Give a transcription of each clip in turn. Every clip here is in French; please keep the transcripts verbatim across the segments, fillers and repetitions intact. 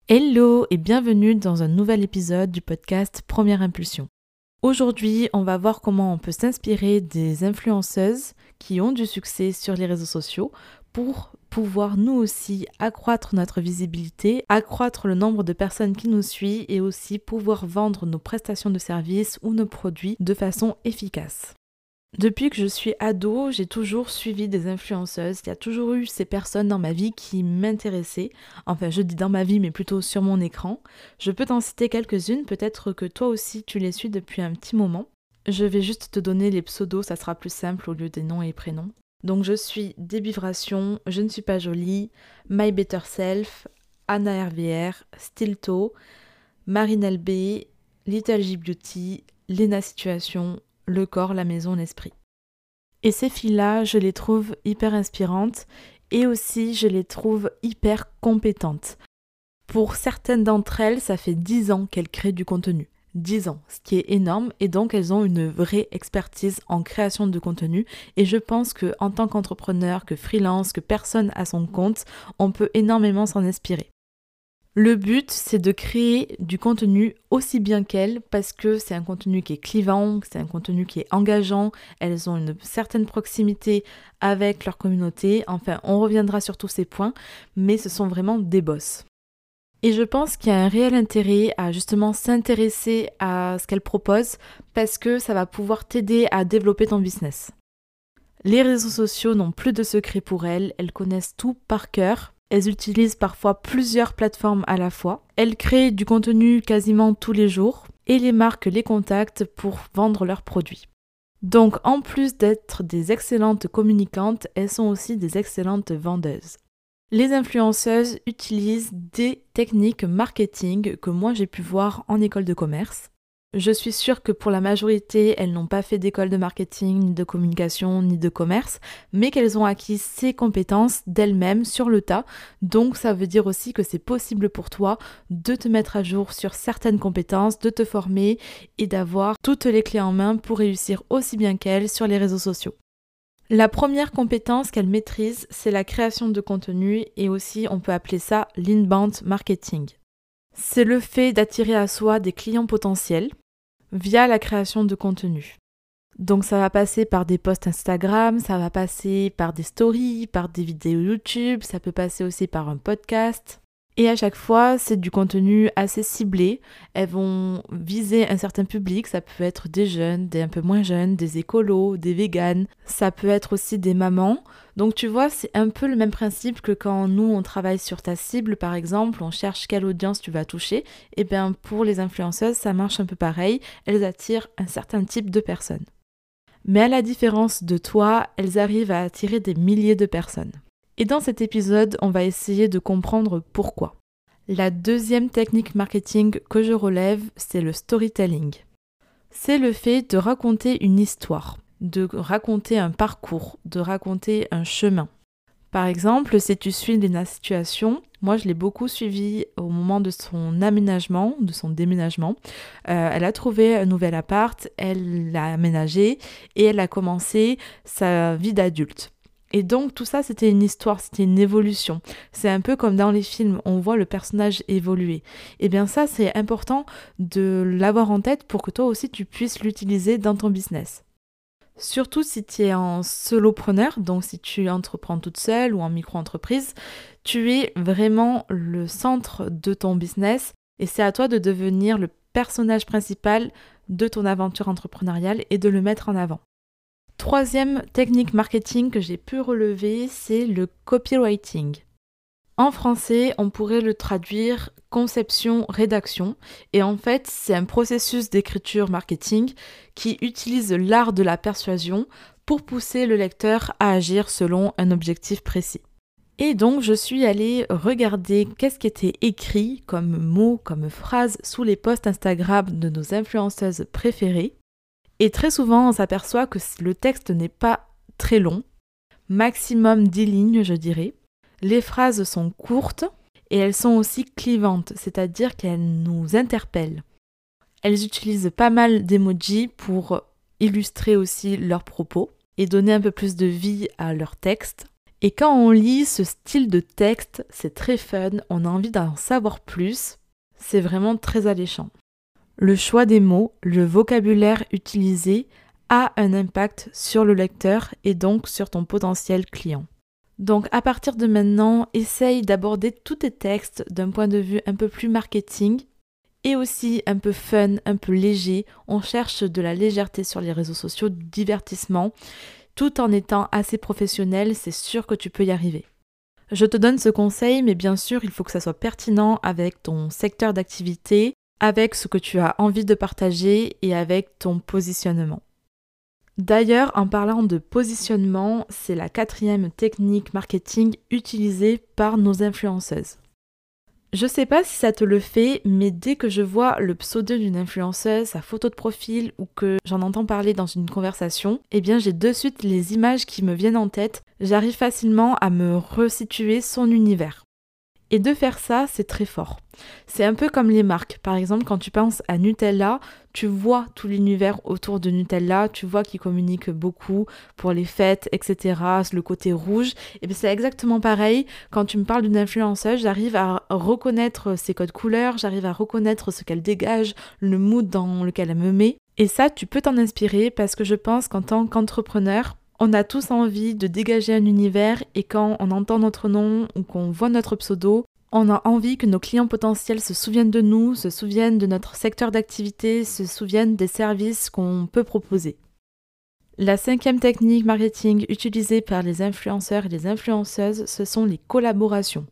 Hello et bienvenue dans un nouvel épisode du podcast Première Impulsion. Aujourd'hui, on va voir comment on peut s'inspirer des influenceuses qui ont du succès sur les réseaux sociaux pour pouvoir nous aussi accroître notre visibilité, accroître le nombre de personnes qui nous suivent et aussi pouvoir vendre nos prestations de services ou nos produits de façon efficace. Depuis que je suis ado, j'ai toujours suivi des influenceuses. Il y a toujours eu ces personnes dans ma vie qui m'intéressaient. Enfin, je dis dans ma vie, mais plutôt sur mon écran. Je peux t'en citer quelques-unes. Peut-être que toi aussi, tu les suis depuis un petit moment. Je vais juste te donner les pseudos, ça sera plus simple au lieu des noms et prénoms. Donc, je suis Débiviration, Je ne suis pas jolie, My Better Self, Anna R V R, Stilto, Marine L B, Little J Beauty, Lena Situation, Le corps, la maison, l'esprit. Et ces filles-là, je les trouve hyper inspirantes et aussi je les trouve hyper compétentes. Pour certaines d'entre elles, ça fait dix ans qu'elles créent du contenu. dix ans, ce qui est énorme, et donc elles ont une vraie expertise en création de contenu. Et je pense qu'en tant qu'entrepreneur, que freelance, que personne à son compte, on peut énormément s'en inspirer. Le but, c'est de créer du contenu aussi bien qu'elles, parce que c'est un contenu qui est clivant, c'est un contenu qui est engageant, elles ont une certaine proximité avec leur communauté, enfin on reviendra sur tous ces points, mais ce sont vraiment des boss. Et je pense qu'il y a un réel intérêt à justement s'intéresser à ce qu'elles proposent, parce que ça va pouvoir t'aider à développer ton business. Les réseaux sociaux n'ont plus de secret pour elles, elles connaissent tout par cœur. Elles utilisent parfois plusieurs plateformes à la fois. Elles créent du contenu quasiment tous les jours et les marques les contactent pour vendre leurs produits. Donc en plus d'être des excellentes communicantes, elles sont aussi des excellentes vendeuses. Les influenceuses utilisent des techniques marketing que moi j'ai pu voir en école de commerce. Je suis sûre que pour la majorité, elles n'ont pas fait d'école de marketing, ni de communication, ni de commerce, mais qu'elles ont acquis ces compétences d'elles-mêmes sur le tas. Donc ça veut dire aussi que c'est possible pour toi de te mettre à jour sur certaines compétences, de te former et d'avoir toutes les clés en main pour réussir aussi bien qu'elles sur les réseaux sociaux. La première compétence qu'elles maîtrisent, c'est la création de contenu et aussi on peut appeler ça l'inbound marketing. C'est le fait d'attirer à soi des clients potentiels via la création de contenu. Donc ça va passer par des posts Instagram, ça va passer par des stories, par des vidéos YouTube, ça peut passer aussi par un podcast. Et à chaque fois, c'est du contenu assez ciblé. Elles vont viser un certain public, ça peut être des jeunes, des un peu moins jeunes, des écolos, des véganes, ça peut être aussi des mamans. Donc tu vois, c'est un peu le même principe que quand nous, on travaille sur ta cible, par exemple, on cherche quelle audience tu vas toucher. Et bien pour les influenceuses, ça marche un peu pareil, elles attirent un certain type de personnes. Mais à la différence de toi, elles arrivent à attirer des milliers de personnes. Et dans cet épisode, on va essayer de comprendre pourquoi. La deuxième technique marketing que je relève, c'est le storytelling. C'est le fait de raconter une histoire, de raconter un parcours, de raconter un chemin. Par exemple, si tu suis Lena Situation, moi je l'ai beaucoup suivie au moment de son aménagement, de son déménagement. Euh, elle a trouvé un nouvel appart, elle l'a aménagé et elle a commencé sa vie d'adulte. Et donc tout ça c'était une histoire, c'était une évolution. C'est un peu comme dans les films, on voit le personnage évoluer. Et bien ça c'est important de l'avoir en tête pour que toi aussi tu puisses l'utiliser dans ton business. Surtout si tu es en solopreneur, donc si tu entreprends toute seule ou en micro-entreprise, tu es vraiment le centre de ton business et c'est à toi de devenir le personnage principal de ton aventure entrepreneuriale et de le mettre en avant. Troisième technique marketing que j'ai pu relever, c'est le copywriting. En français, on pourrait le traduire conception-rédaction. Et en fait, c'est un processus d'écriture marketing qui utilise l'art de la persuasion pour pousser le lecteur à agir selon un objectif précis. Et donc, je suis allée regarder qu'est-ce qui était écrit comme mots, comme phrases sous les posts Instagram de nos influenceuses préférées. Et très souvent, on s'aperçoit que le texte n'est pas très long, maximum dix lignes, je dirais. Les phrases sont courtes et elles sont aussi clivantes, c'est-à-dire qu'elles nous interpellent. Elles utilisent pas mal d'emojis pour illustrer aussi leurs propos et donner un peu plus de vie à leur texte. Et quand on lit ce style de texte, c'est très fun, on a envie d'en savoir plus, c'est vraiment très alléchant. Le choix des mots, le vocabulaire utilisé a un impact sur le lecteur et donc sur ton potentiel client. Donc à partir de maintenant, essaye d'aborder tous tes textes d'un point de vue un peu plus marketing et aussi un peu fun, un peu léger. On cherche de la légèreté sur les réseaux sociaux, du divertissement, tout en étant assez professionnel, c'est sûr que tu peux y arriver. Je te donne ce conseil, mais bien sûr, il faut que ça soit pertinent avec ton secteur d'activité, avec ce que tu as envie de partager et avec ton positionnement. D'ailleurs, en parlant de positionnement, c'est la quatrième technique marketing utilisée par nos influenceuses. Je sais pas si ça te le fait, mais dès que je vois le pseudo d'une influenceuse, sa photo de profil ou que j'en entends parler dans une conversation, eh bien j'ai de suite les images qui me viennent en tête, j'arrive facilement à me resituer son univers. Et de faire ça, c'est très fort. C'est un peu comme les marques. Par exemple, quand tu penses à Nutella, tu vois tout l'univers autour de Nutella, tu vois qu'ils communiquent beaucoup pour les fêtes, et cetera, le côté rouge. Et bien c'est exactement pareil. Quand tu me parles d'une influenceuse, j'arrive à reconnaître ses codes couleurs, j'arrive à reconnaître ce qu'elle dégage, le mood dans lequel elle me met. Et ça, tu peux t'en inspirer parce que je pense qu'en tant qu'entrepreneur, on a tous envie de dégager un univers et quand on entend notre nom ou qu'on voit notre pseudo, on a envie que nos clients potentiels se souviennent de nous, se souviennent de notre secteur d'activité, se souviennent des services qu'on peut proposer. La cinquième technique marketing utilisée par les influenceurs et les influenceuses, ce sont les collaborations.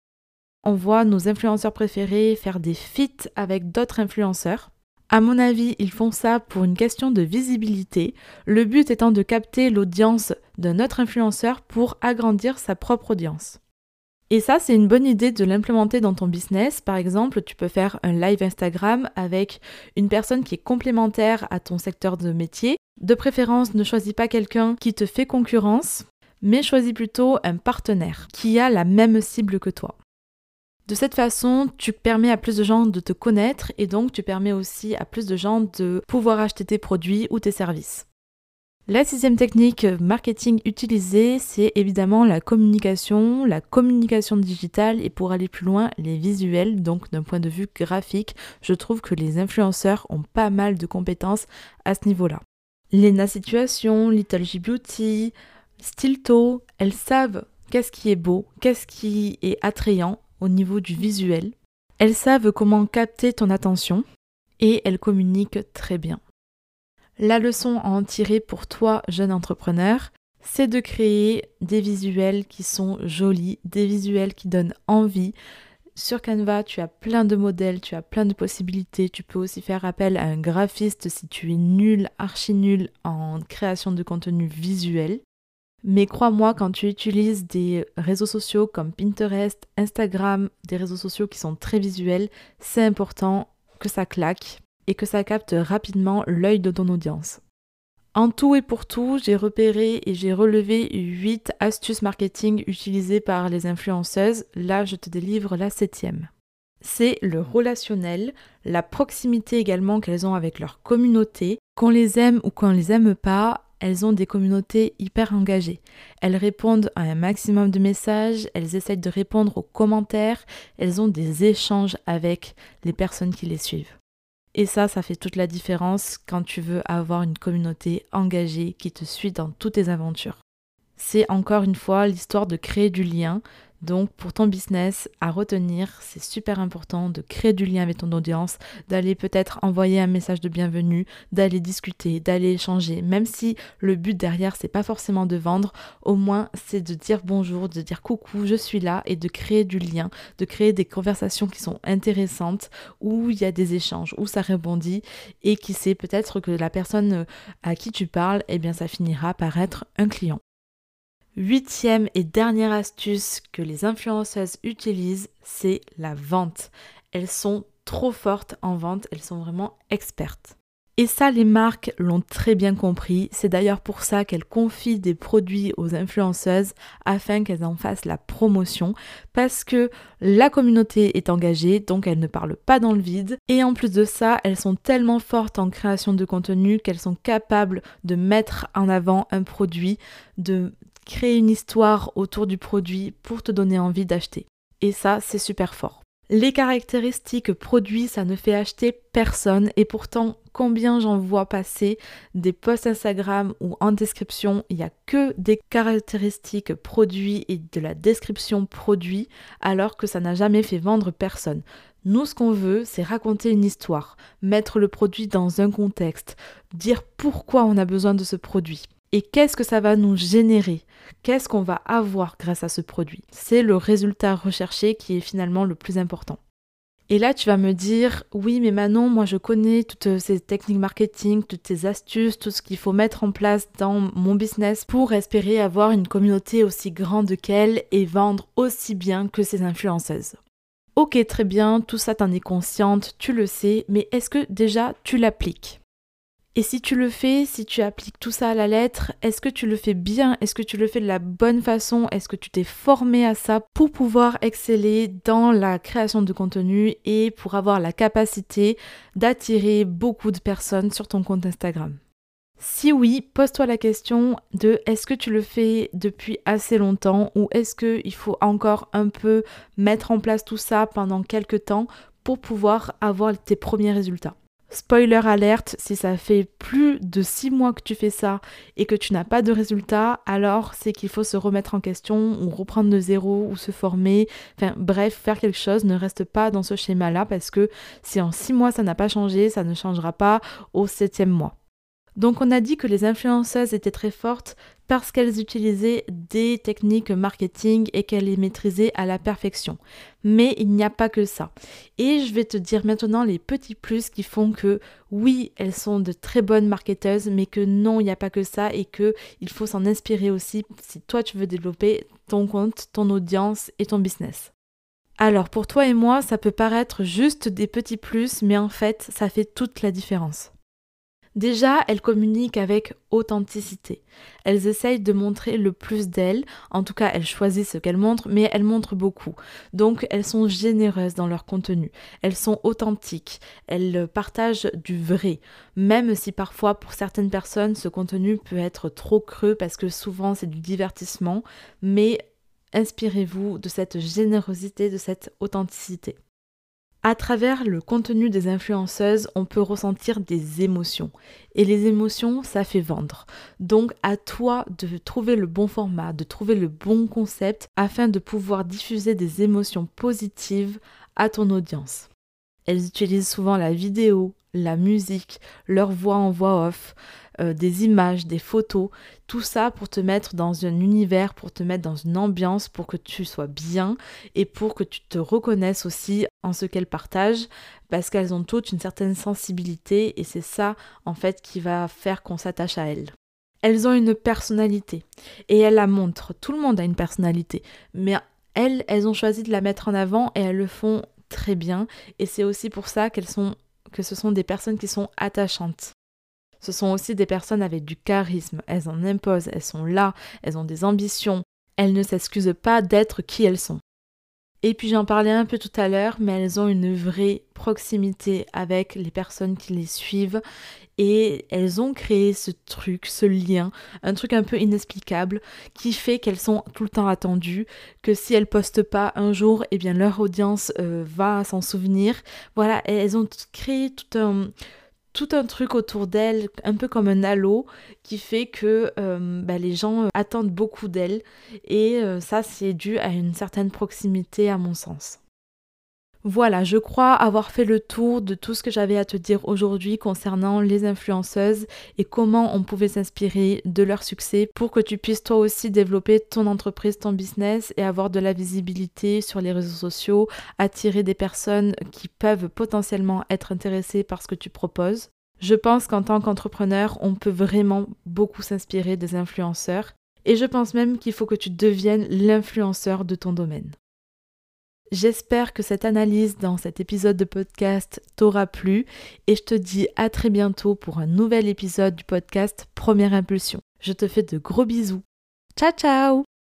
On voit nos influenceurs préférés faire des feats avec d'autres influenceurs. À mon avis, ils font ça pour une question de visibilité, le but étant de capter l'audience d'un autre influenceur pour agrandir sa propre audience. Et ça, c'est une bonne idée de l'implémenter dans ton business. Par exemple, tu peux faire un live Instagram avec une personne qui est complémentaire à ton secteur de métier. De préférence, ne choisis pas quelqu'un qui te fait concurrence, mais choisis plutôt un partenaire qui a la même cible que toi. De cette façon, tu permets à plus de gens de te connaître et donc tu permets aussi à plus de gens de pouvoir acheter tes produits ou tes services. La sixième technique marketing utilisée, c'est évidemment la communication, la communication digitale et pour aller plus loin, les visuels. Donc d'un point de vue graphique, je trouve que les influenceurs ont pas mal de compétences à ce niveau-là. Lena Situation, Little G Beauty, Stilto, elles savent qu'est-ce qui est beau, qu'est-ce qui est attrayant au niveau du visuel. Elles savent comment capter ton attention et elles communiquent très bien. La leçon à en tirer pour toi, jeune entrepreneur, c'est de créer des visuels qui sont jolis, des visuels qui donnent envie. Sur Canva, tu as plein de modèles, tu as plein de possibilités. Tu peux aussi faire appel à un graphiste si tu es nul, archi nul en création de contenu visuel. Mais crois-moi, quand tu utilises des réseaux sociaux comme Pinterest, Instagram, des réseaux sociaux qui sont très visuels, c'est important que ça claque et que ça capte rapidement l'œil de ton audience. En tout et pour tout, j'ai repéré et j'ai relevé huit astuces marketing utilisées par les influenceuses. Là, je te délivre la septième. C'est le relationnel, la proximité également qu'elles ont avec leur communauté. Qu'on les aime ou qu'on les aime pas, elles ont des communautés hyper engagées. Elles répondent à un maximum de messages, elles essayent de répondre aux commentaires, elles ont des échanges avec les personnes qui les suivent. Et ça, ça fait toute la différence quand tu veux avoir une communauté engagée qui te suit dans toutes tes aventures. C'est encore une fois l'histoire de créer du lien. Donc pour ton business, à retenir, c'est super important de créer du lien avec ton audience, d'aller peut-être envoyer un message de bienvenue, d'aller discuter, d'aller échanger, même si le but derrière c'est pas forcément de vendre, au moins c'est de dire bonjour, de dire coucou, je suis là et de créer du lien, de créer des conversations qui sont intéressantes, où il y a des échanges, où ça rebondit et qui sait peut-être que la personne à qui tu parles, eh bien ça finira par être un client. Huitième et dernière astuce que les influenceuses utilisent, c'est la vente. Elles sont trop fortes en vente, elles sont vraiment expertes. Et ça, les marques l'ont très bien compris. C'est d'ailleurs pour ça qu'elles confient des produits aux influenceuses afin qu'elles en fassent la promotion. Parce que la communauté est engagée, donc elles ne parlent pas dans le vide. Et en plus de ça, elles sont tellement fortes en création de contenu qu'elles sont capables de mettre en avant un produit, de créer une histoire autour du produit pour te donner envie d'acheter. Et ça, c'est super fort. Les caractéristiques produits, ça ne fait acheter personne et pourtant, combien j'en vois passer des posts Instagram où en description, il n'y a que des caractéristiques produits et de la description produit alors que ça n'a jamais fait vendre personne. Nous, ce qu'on veut, c'est raconter une histoire, mettre le produit dans un contexte, dire pourquoi on a besoin de ce produit. Et qu'est-ce que ça va nous générer? Qu'est-ce qu'on va avoir grâce à ce produit? C'est le résultat recherché qui est finalement le plus important. Et là, tu vas me dire, oui, mais Manon, moi je connais toutes ces techniques marketing, toutes ces astuces, tout ce qu'il faut mettre en place dans mon business pour espérer avoir une communauté aussi grande qu'elle et vendre aussi bien que ces influenceuses. Ok, très bien, tout ça t'en es consciente, tu le sais, mais est-ce que déjà tu l'appliques? Et si tu le fais, si tu appliques tout ça à la lettre, est-ce que tu le fais bien? Est-ce que tu le fais de la bonne façon? Est-ce que tu t'es formé à ça pour pouvoir exceller dans la création de contenu et pour avoir la capacité d'attirer beaucoup de personnes sur ton compte Instagram? Si oui, pose-toi la question de est-ce que tu le fais depuis assez longtemps ou est-ce qu'il faut encore un peu mettre en place tout ça pendant quelques temps pour pouvoir avoir tes premiers résultats? Spoiler alerte, si ça fait plus de six mois que tu fais ça et que tu n'as pas de résultat, alors c'est qu'il faut se remettre en question ou reprendre de zéro ou se former. Enfin bref, faire quelque chose, ne reste pas dans ce schéma-là parce que si en six mois ça n'a pas changé, ça ne changera pas au septième mois. Donc on a dit que les influenceuses étaient très fortes parce qu'elles utilisaient des techniques marketing et qu'elles les maîtrisaient à la perfection. Mais il n'y a pas que ça. Et je vais te dire maintenant les petits plus qui font que oui, elles sont de très bonnes marketeuses, mais que non, il n'y a pas que ça et qu'il faut s'en inspirer aussi si toi tu veux développer ton compte, ton audience et ton business. Alors pour toi et moi, ça peut paraître juste des petits plus, mais en fait, ça fait toute la différence. Déjà, elles communiquent avec authenticité. Elles essayent de montrer le plus d'elles. En tout cas, elles choisissent ce qu'elles montrent, mais elles montrent beaucoup. Donc, elles sont généreuses dans leur contenu. Elles sont authentiques. Elles partagent du vrai. Même si parfois, pour certaines personnes, ce contenu peut être trop creux parce que souvent, c'est du divertissement. Mais inspirez-vous de cette générosité, de cette authenticité. À travers le contenu des influenceuses, on peut ressentir des émotions. Et les émotions, ça fait vendre. Donc à toi de trouver le bon format, de trouver le bon concept afin de pouvoir diffuser des émotions positives à ton audience. Elles utilisent souvent la vidéo, la musique, leur voix en voix off, euh, des images, des photos, tout ça pour te mettre dans un univers, pour te mettre dans une ambiance, pour que tu sois bien et pour que tu te reconnaisses aussi en ce qu'elles partagent, parce qu'elles ont toutes une certaine sensibilité et c'est ça en fait qui va faire qu'on s'attache à elles. Elles ont une personnalité et elles la montrent. Tout le monde a une personnalité, mais elles, elles ont choisi de la mettre en avant et elles le font très bien et c'est aussi pour ça qu'elles sont, que ce sont des personnes qui sont attachantes. Ce sont aussi des personnes avec du charisme, elles en imposent, elles sont là, elles ont des ambitions, elles ne s'excusent pas d'être qui elles sont. Et puis j'en parlais un peu tout à l'heure, mais elles ont une vraie proximité avec les personnes qui les suivent et elles ont créé ce truc, ce lien, un truc un peu inexplicable qui fait qu'elles sont tout le temps attendues, que si elles postent pas un jour, eh bien leur audience euh, va s'en souvenir. Voilà, elles ont créé tout un... tout un truc autour d'elle, un peu comme un halo, qui fait que euh, bah, les gens attendent beaucoup d'elle. Et euh, ça, c'est dû à une certaine proximité, à mon sens. Voilà, je crois avoir fait le tour de tout ce que j'avais à te dire aujourd'hui concernant les influenceuses et comment on pouvait s'inspirer de leur succès pour que tu puisses toi aussi développer ton entreprise, ton business et avoir de la visibilité sur les réseaux sociaux, attirer des personnes qui peuvent potentiellement être intéressées par ce que tu proposes. Je pense qu'en tant qu'entrepreneur, on peut vraiment beaucoup s'inspirer des influenceurs et je pense même qu'il faut que tu deviennes l'influenceur de ton domaine. J'espère que cette analyse dans cet épisode de podcast t'aura plu et je te dis à très bientôt pour un nouvel épisode du podcast Première Impulsion. Je te fais de gros bisous. Ciao ciao!